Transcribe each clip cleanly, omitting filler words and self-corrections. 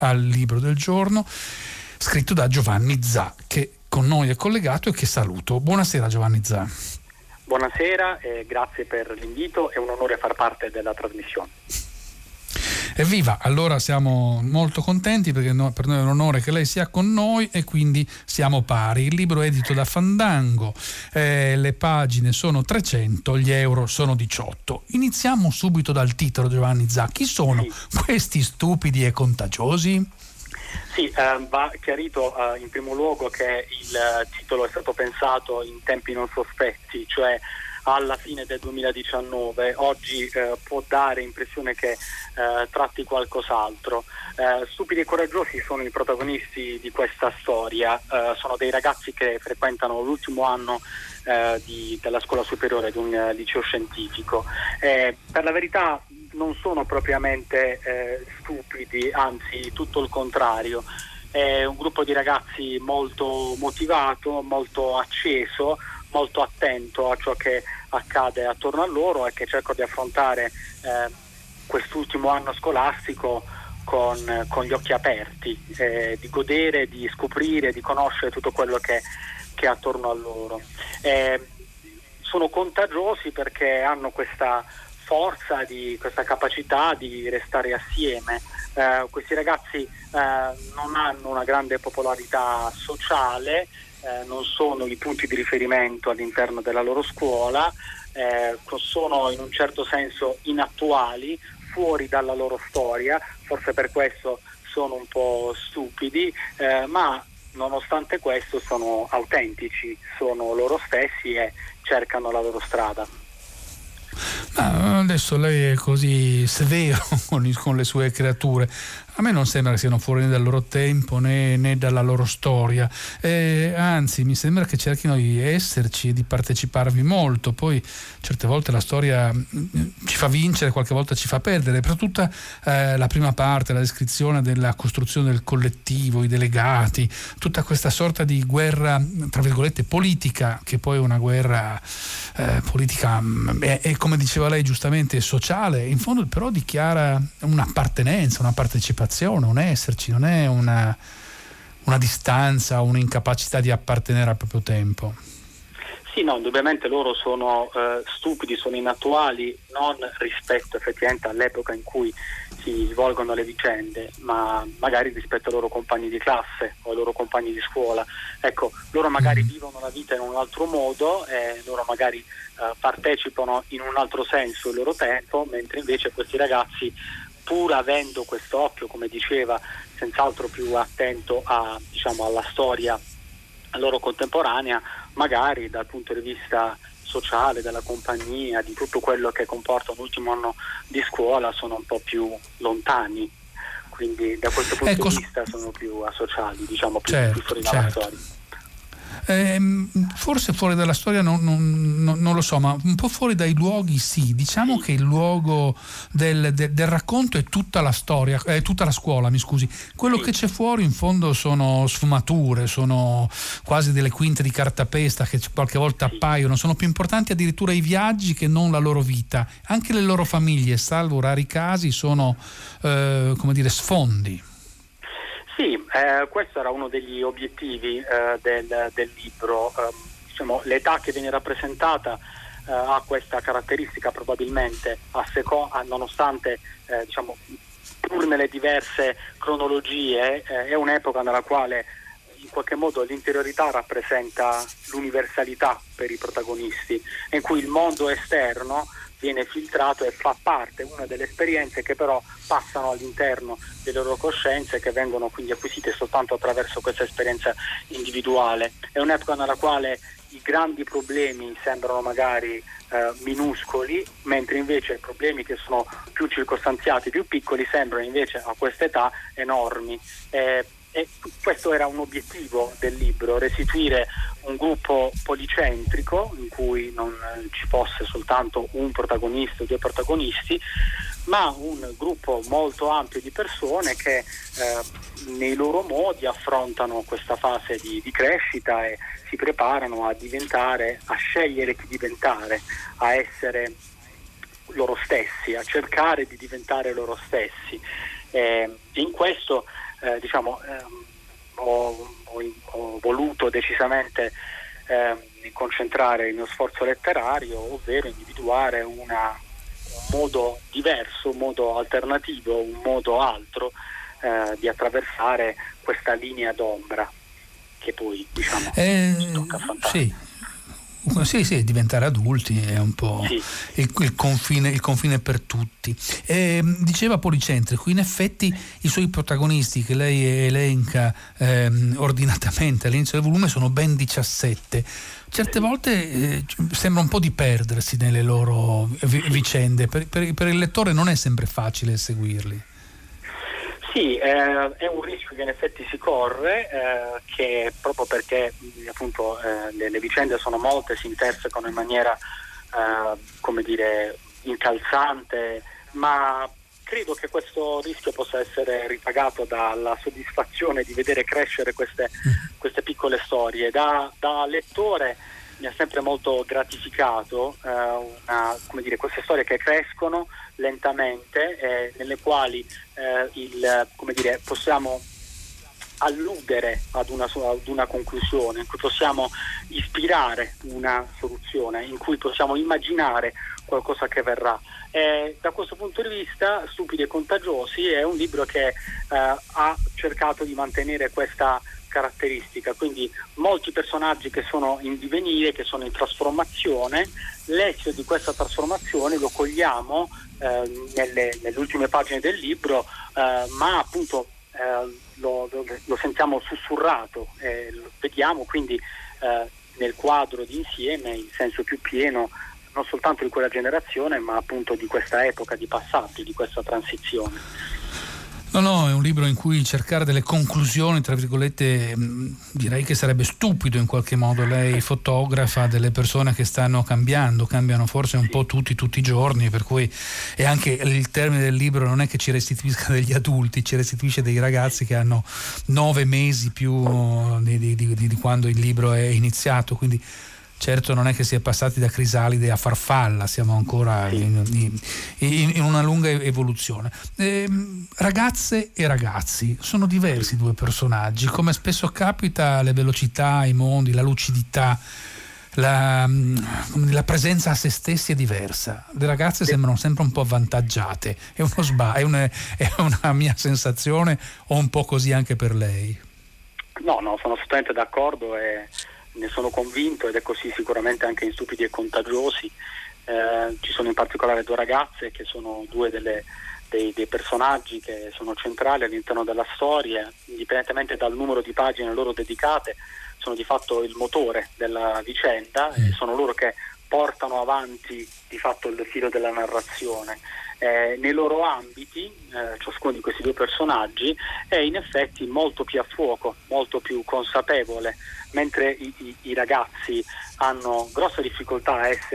al libro del giorno, scritto da Giovanni Zà, che con noi è collegato e che saluto. Buonasera Giovanni Zà. Buonasera e grazie per l'invito, è un onore far parte della trasmissione. Evviva, allora siamo molto contenti perché per noi è un onore che lei sia con noi e quindi siamo pari. Il libro è edito da Fandango, le pagine sono 300, gli euro sono 18. Iniziamo subito dal titolo, Giovanni Zà. Chi sono questi stupidi e contagiosi? Sì, va chiarito in primo luogo che il titolo è stato pensato in tempi non sospetti, cioè alla fine del 2019. Oggi può dare impressione che tratti qualcos'altro. Stupidi e coraggiosi sono i protagonisti di questa storia, sono dei ragazzi che frequentano l'ultimo anno della scuola superiore di un liceo scientifico. Per la verità non sono propriamente stupidi, anzi tutto il contrario. È un gruppo di ragazzi molto motivato, molto acceso, molto attento a ciò che accade attorno a loro e che cerco di affrontare quest'ultimo anno scolastico con gli occhi aperti, di godere, di scoprire, di conoscere tutto quello che è attorno a loro. Sono contagiosi perché hanno questa forza, questa capacità di restare assieme. Questi ragazzi non hanno una grande popolarità sociale, non sono i punti di riferimento all'interno della loro scuola, sono in un certo senso inattuali, fuori dalla loro storia, forse per questo sono un po' stupidi, ma nonostante questo sono autentici, sono loro stessi e cercano la loro strada. Adesso lei è così severo con le sue creature. A me non sembra che siano fuori né dal loro tempo né dalla loro storia, anzi mi sembra che cerchino di esserci e di parteciparvi molto. Poi certe volte la storia ci fa vincere, qualche volta ci fa perdere. Per tutta la prima parte, la descrizione della costruzione del collettivo, i delegati, tutta questa sorta di guerra tra virgolette politica, che poi è una guerra politica e come diceva lei giustamente sociale, in fondo però dichiara un'appartenenza, una partecipazione, un esserci, non è una distanza, un'incapacità di appartenere al proprio tempo. Sì, no, indubbiamente loro sono stupidi, sono inattuali, non rispetto effettivamente all'epoca in cui si svolgono le vicende, ma magari rispetto ai loro compagni di classe o ai loro compagni di scuola. Ecco, loro magari vivono la vita in un altro modo, loro magari partecipano in un altro senso il loro tempo, mentre invece questi ragazzi, pur avendo questo occhio, come diceva, senz'altro più attento alla storia loro contemporanea, magari dal punto di vista sociale, della compagnia, di tutto quello che comporta un ultimo anno di scuola, sono un po' più lontani, quindi da questo punto di vista sono più asociali, più fuori dalla storia. Forse fuori dalla storia non lo so, ma un po' fuori dai luoghi sì. Diciamo che il luogo del racconto è tutta la storia, è tutta la scuola, mi scusi. Quello che c'è fuori in fondo sono sfumature, sono quasi delle quinte di cartapesta che qualche volta appaiono, sono più importanti addirittura i viaggi che non la loro vita. Anche le loro famiglie, salvo rari casi, sono sfondi. Sì, questo era uno degli obiettivi del libro. L'età che viene rappresentata ha questa caratteristica probabilmente nonostante pur nelle diverse cronologie è un'epoca nella quale in qualche modo l'interiorità rappresenta l'universalità per i protagonisti, in cui il mondo esterno viene filtrato e fa parte, una delle esperienze che però passano all'interno delle loro coscienze, che vengono quindi acquisite soltanto attraverso questa esperienza individuale. È un'epoca nella quale i grandi problemi sembrano magari minuscoli, mentre invece i problemi che sono più circostanziati, più piccoli, sembrano invece a quest'età enormi. E questo era un obiettivo del libro, restituire un gruppo policentrico in cui non ci fosse soltanto un protagonista o due protagonisti, ma un gruppo molto ampio di persone che nei loro modi affrontano questa fase di crescita e si preparano a diventare, a scegliere chi diventare, a essere loro stessi, a cercare di diventare loro stessi. In questo ho voluto decisamente concentrare il mio sforzo letterario, ovvero individuare un modo diverso, un modo alternativo, un modo altro di attraversare questa linea d'ombra che poi ci tocca affrontare. Sì, diventare adulti è un po' sì. il confine per tutti. Diceva Policentrico, in effetti i suoi protagonisti che lei elenca ordinatamente all'inizio del volume sono ben 17. Certe volte sembra un po' di perdersi nelle loro vicende, per il lettore non è sempre facile seguirli. Sì, è un rischio che in effetti si corre, che proprio perché appunto le vicende sono molte, si intersecano in maniera incalzante, ma credo che questo rischio possa essere ripagato dalla soddisfazione di vedere crescere queste piccole storie. Da lettore mi ha sempre molto gratificato queste storie che crescono lentamente, nelle quali possiamo alludere ad una conclusione, in cui possiamo ispirare una soluzione, in cui possiamo immaginare qualcosa che verrà. Da questo punto di vista, Stupidi e Contagiosi è un libro che ha cercato di mantenere questa caratteristica, quindi molti personaggi che sono in divenire, che sono in trasformazione. L'esito di questa trasformazione lo cogliamo nelle ultime pagine del libro, ma appunto lo sentiamo sussurrato, lo vediamo quindi nel quadro di insieme il senso più pieno non soltanto di quella generazione, ma appunto di questa epoca di passaggio, di questa transizione. No, è un libro in cui cercare delle conclusioni, tra virgolette, direi che sarebbe stupido in qualche modo. Lei fotografa delle persone che stanno cambiano forse un po' tutti i giorni, per cui e anche il termine del libro non è che ci restituisca degli adulti, ci restituisce dei ragazzi che hanno 9 mesi più di quando il libro è iniziato, quindi certo non è che si è passati da Crisalide a Farfalla, siamo ancora in una lunga evoluzione. Ragazze e ragazzi, sono diversi due personaggi, come spesso capita, le velocità, i mondi, la lucidità, la presenza a se stessi è diversa. Le ragazze sembrano sempre un po' avvantaggiate, è una mia sensazione, o un po' così anche per lei? No, sono assolutamente d'accordo e ne sono convinto, ed è così sicuramente anche in Stupidi e Contagiosi. Ci sono in particolare due ragazze che sono due dei personaggi che sono centrali all'interno della storia, indipendentemente dal numero di pagine loro dedicate, sono di fatto il motore della vicenda e sono loro che portano avanti di fatto il filo della narrazione. Nei loro ambiti, ciascuno di questi due personaggi è in effetti molto più a fuoco, molto più consapevole, mentre i ragazzi hanno grossa difficoltà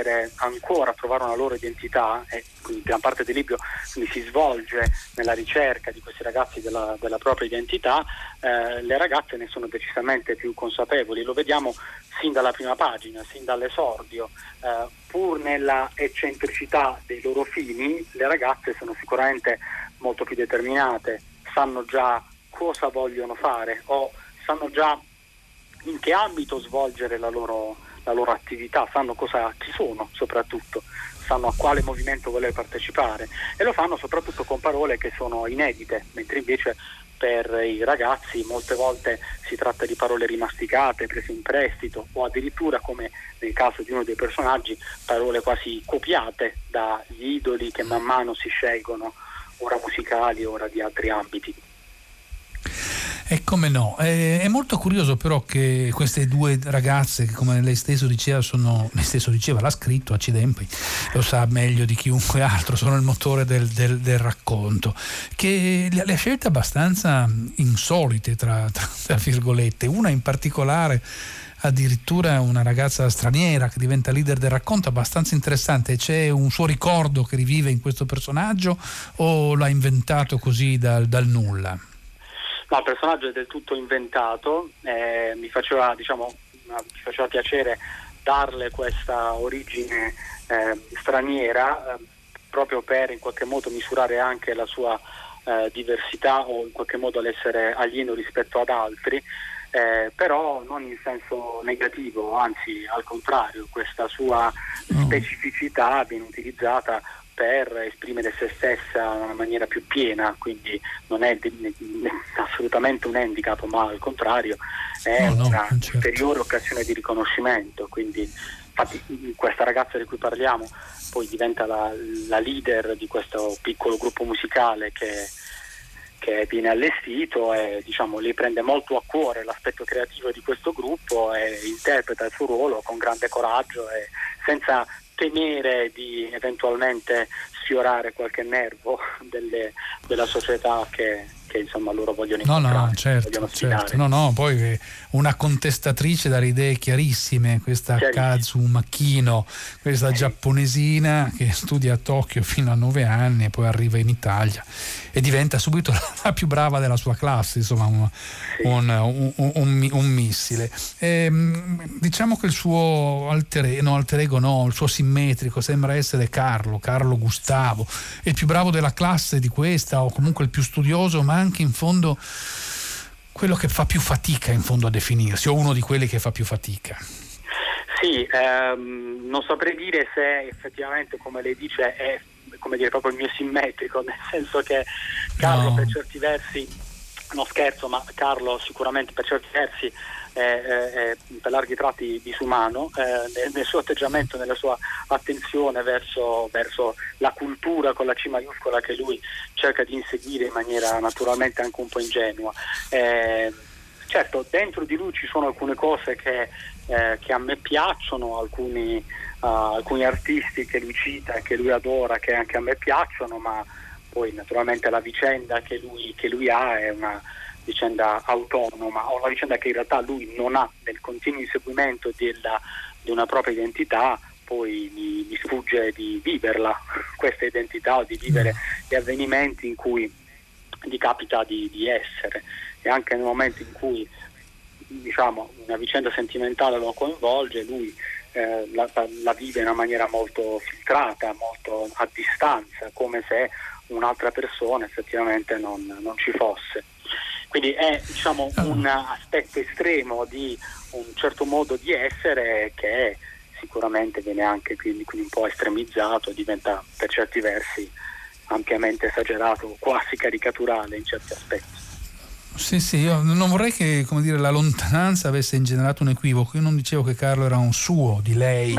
a trovare una loro identità, e quindi gran parte del libro si svolge nella ricerca di questi ragazzi della propria identità. Le ragazze ne sono decisamente più consapevoli, lo vediamo sin dalla prima pagina, sin dall'esordio. Pur nella eccentricità dei loro fini, le ragazze sono sicuramente molto più determinate, sanno già cosa vogliono fare o sanno già in che ambito svolgere la loro attività, sanno chi sono soprattutto, sanno a quale movimento voler partecipare, e lo fanno soprattutto con parole che sono inedite, mentre invece per i ragazzi molte volte si tratta di parole rimasticate, prese in prestito, o addirittura, come nel caso di uno dei personaggi, parole quasi copiate dagli idoli che man mano si scelgono, ora musicali, ora di altri ambiti. E come no, è molto curioso però che queste due ragazze, che come lei stesso diceva, l'ha scritto, accidenti, lo sa meglio di chiunque altro, sono il motore del racconto, che le ha scelte abbastanza insolite, tra virgolette. Una in particolare, addirittura una ragazza straniera che diventa leader del racconto, abbastanza interessante. C'è un suo ricordo che rivive in questo personaggio o l'ha inventato così dal nulla? No, il personaggio è del tutto inventato, mi faceva piacere darle questa origine straniera, proprio per in qualche modo misurare anche la sua diversità o in qualche modo l'essere alieno rispetto ad altri, però non in senso negativo, anzi al contrario, questa sua specificità viene utilizzata per esprimere se stessa in una maniera più piena, quindi non è assolutamente un handicap, ma al contrario è una ulteriore occasione di riconoscimento. Quindi infatti questa ragazza di cui parliamo poi diventa la leader di questo piccolo gruppo musicale che viene allestito, e diciamo lei prende molto a cuore l'aspetto creativo di questo gruppo e interpreta il suo ruolo con grande coraggio e senza temere di eventualmente sfiorare qualche nervo della società che insomma loro vogliono incontrare, vogliono sfidare. Poi una contestatrice dalle idee chiarissime, questa Kazu Makino, questa giapponesina che studia a Tokyo fino a 9 anni e poi arriva in Italia e diventa subito la più brava della sua classe, insomma un missile. Diciamo che il suo alter ego, il suo simmetrico sembra essere Carlo Gustavo, il più bravo della classe di questa, o comunque il più studioso, ma anche in fondo quello che fa più fatica in fondo a definirsi, o uno di quelli che fa più fatica. Sì, non saprei dire se effettivamente, come lei dice, è proprio il mio simmetrico, nel senso che Carlo per certi versi, no scherzo, ma Carlo sicuramente per certi versi è per larghi tratti disumano nel suo atteggiamento, nella sua attenzione verso la cultura con la C maiuscola che lui cerca di inseguire in maniera naturalmente anche un po' ingenua. Certo, dentro di lui ci sono alcune cose che a me piacciono, alcuni artisti che lui cita e che lui adora, che anche a me piacciono, ma poi naturalmente la vicenda che lui ha è una vicenda autonoma, o una vicenda che in realtà lui non ha nel continuo inseguimento di una propria identità, poi gli sfugge di viverla, questa identità, o di vivere gli avvenimenti in cui gli capita di essere, e anche nel momento in cui diciamo una vicenda sentimentale lo coinvolge, lui la vive in una maniera molto filtrata, molto a distanza, come se un'altra persona effettivamente non ci fosse. Quindi è un aspetto estremo di un certo modo di essere che sicuramente viene anche quindi un po' estremizzato, diventa per certi versi ampiamente esagerato, quasi caricaturale in certi aspetti. Sì, io non vorrei che, come dire, la lontananza avesse ingenerato un equivoco. Io non dicevo che Carlo era un suo, di lei,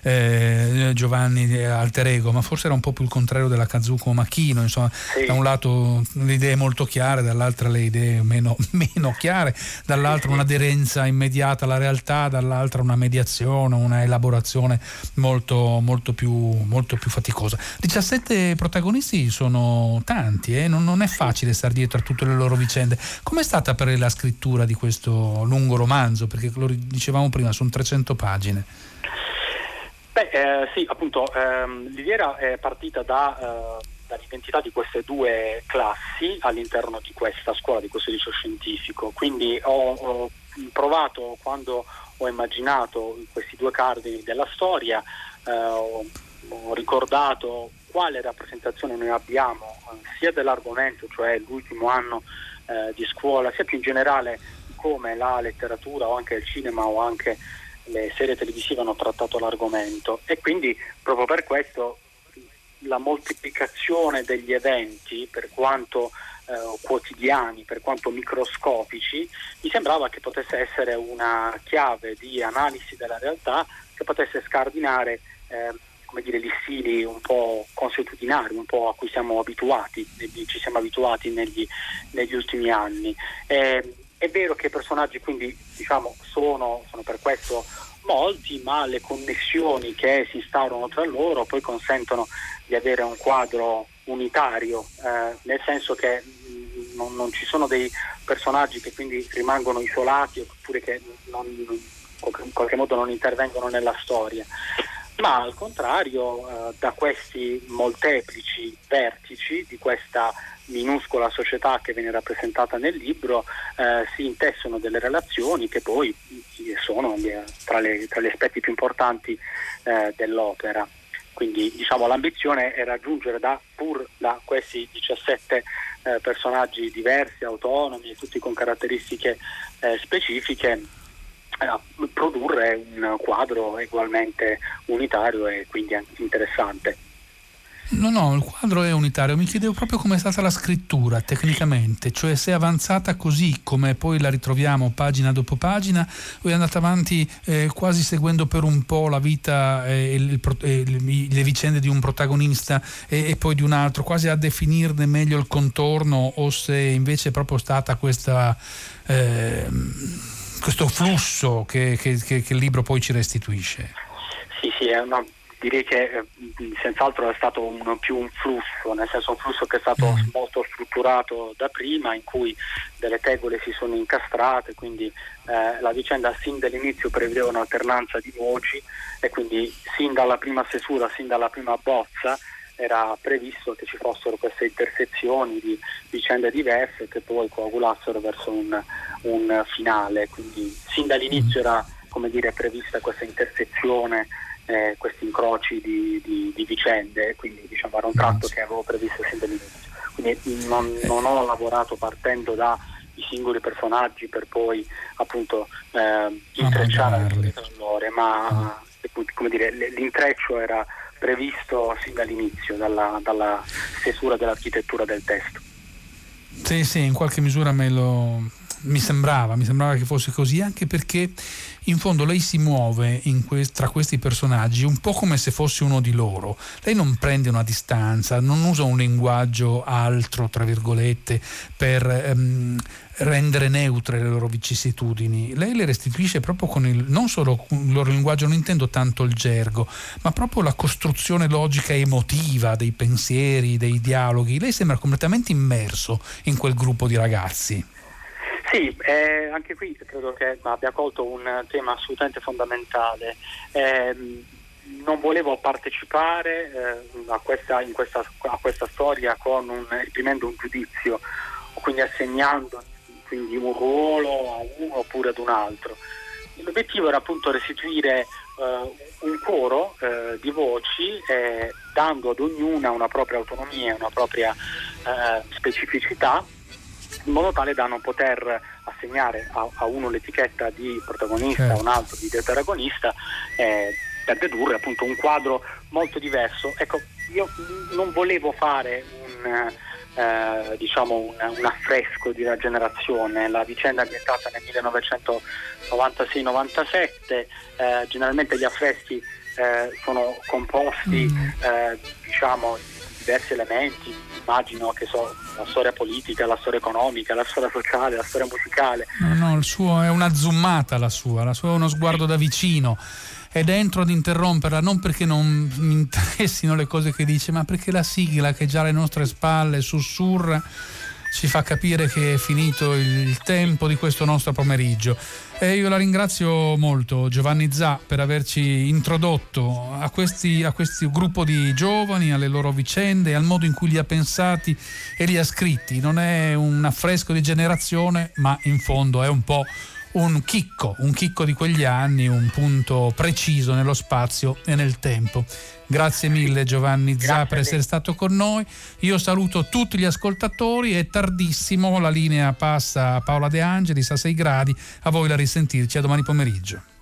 Giovanni alter ego, ma forse era un po' più il contrario della Kazuko Makino, insomma, da un lato le idee molto chiare, dall'altra le idee meno chiare, dall'altra un'aderenza immediata alla realtà, dall'altra una mediazione, una elaborazione molto più faticosa. 17 protagonisti sono tanti, non è facile stare dietro a tutte le loro vicende. Com'è stata per la scrittura di questo lungo romanzo? Perché lo dicevamo prima, sono 300 pagine. Sì, appunto, l'idea è partita dall'identità di queste due classi all'interno di questa scuola, di questo liceo scientifico. Quindi ho provato, quando ho immaginato questi due cardini della storia, ho ricordato quale rappresentazione noi abbiamo sia dell'argomento, cioè l'ultimo anno di scuola, sia più in generale come la letteratura o anche il cinema o anche le serie televisive hanno trattato l'argomento, e quindi proprio per questo la moltiplicazione degli eventi, per quanto quotidiani, per quanto microscopici, mi sembrava che potesse essere una chiave di analisi della realtà che potesse scardinare gli stili un po' consuetudinari, un po' a cui ci siamo abituati negli ultimi anni. È vero che i personaggi quindi sono per questo molti, ma le connessioni che si instaurano tra loro poi consentono di avere un quadro unitario, nel senso che non ci sono dei personaggi che quindi rimangono isolati oppure che in qualche modo non intervengono nella storia, ma al contrario da questi molteplici vertici di questa minuscola società che viene rappresentata nel libro si intessono delle relazioni che poi sono tra gli aspetti più importanti dell'opera. Quindi diciamo l'ambizione è raggiungere pur da questi 17 personaggi diversi, autonomi, tutti con caratteristiche specifiche, produrre un quadro ugualmente unitario e quindi anche interessante. No, il quadro è unitario. Mi chiedevo proprio come è stata la scrittura tecnicamente, cioè se è avanzata così come poi la ritroviamo pagina dopo pagina, o è andata avanti quasi seguendo per un po' la vita e le vicende di un protagonista e poi di un altro, quasi a definirne meglio il contorno, o se invece è proprio stata questo flusso che il libro poi ci restituisce. Sì, direi che senz'altro è stato più un flusso, nel senso un flusso che è stato molto strutturato da prima, in cui delle tegole si sono incastrate, quindi la vicenda sin dall'inizio prevedeva un'alternanza di voci, e quindi sin dalla prima stesura, sin dalla prima bozza era previsto che ci fossero queste intersezioni di vicende diverse che poi coagulassero verso un finale, quindi sin dall'inizio era, come dire, prevista questa intersezione, questi incroci di vicende, quindi diciamo era un tratto che avevo previsto sin dall'inizio, quindi non ho lavorato partendo dai singoli personaggi per poi appunto intrecciare tra loro, ma come dire, l'intreccio era previsto sin dall'inizio, dalla stesura dell'architettura del testo. Sì, in qualche misura mi sembrava che fosse così, anche perché in fondo lei si muove tra questi personaggi un po' come se fosse uno di loro. Lei non prende una distanza, non usa un linguaggio altro, tra virgolette, per rendere neutre le loro vicissitudini. Lei le restituisce proprio con non solo il loro linguaggio, non intendo tanto il gergo, ma proprio la costruzione logica e emotiva dei pensieri, dei dialoghi. Lei sembra completamente immerso in quel gruppo di ragazzi. Sì, anche qui credo che abbia colto un tema assolutamente fondamentale. Non volevo partecipare a questa storia esprimendo un giudizio, o quindi assegnando un ruolo a uno oppure ad un altro. L'obiettivo era appunto restituire un coro di voci, dando ad ognuna una propria autonomia, una propria specificità, in modo tale da non poter assegnare a uno l'etichetta di protagonista, a un altro di protagonista, per dedurre appunto un quadro molto diverso. Ecco, io non volevo fare un affresco di una generazione. La vicenda è ambientata nel 1996-97, generalmente gli affreschi sono composti di diversi elementi, immagino che la storia politica, la storia economica, la storia sociale, la storia musicale. No, il suo è una zoomata, la sua è uno sguardo da vicino, ed entro ad interromperla non perché non mi interessino le cose che dice, ma perché la sigla che già alle nostre spalle sussurra ci fa capire che è finito il tempo di questo nostro pomeriggio. E io la ringrazio molto, Giovanni Zà, per averci introdotto a questo gruppo di giovani, alle loro vicende, al modo in cui li ha pensati e li ha scritti. Non è un affresco di generazione, ma in fondo è un po' un chicco di quegli anni, un punto preciso nello spazio e nel tempo. Grazie mille Giovanni Zà per essere stato con noi. Io saluto tutti gli ascoltatori, è tardissimo, la linea passa a Paola De Angelis a 6 gradi, a voi la risentirci, a domani pomeriggio.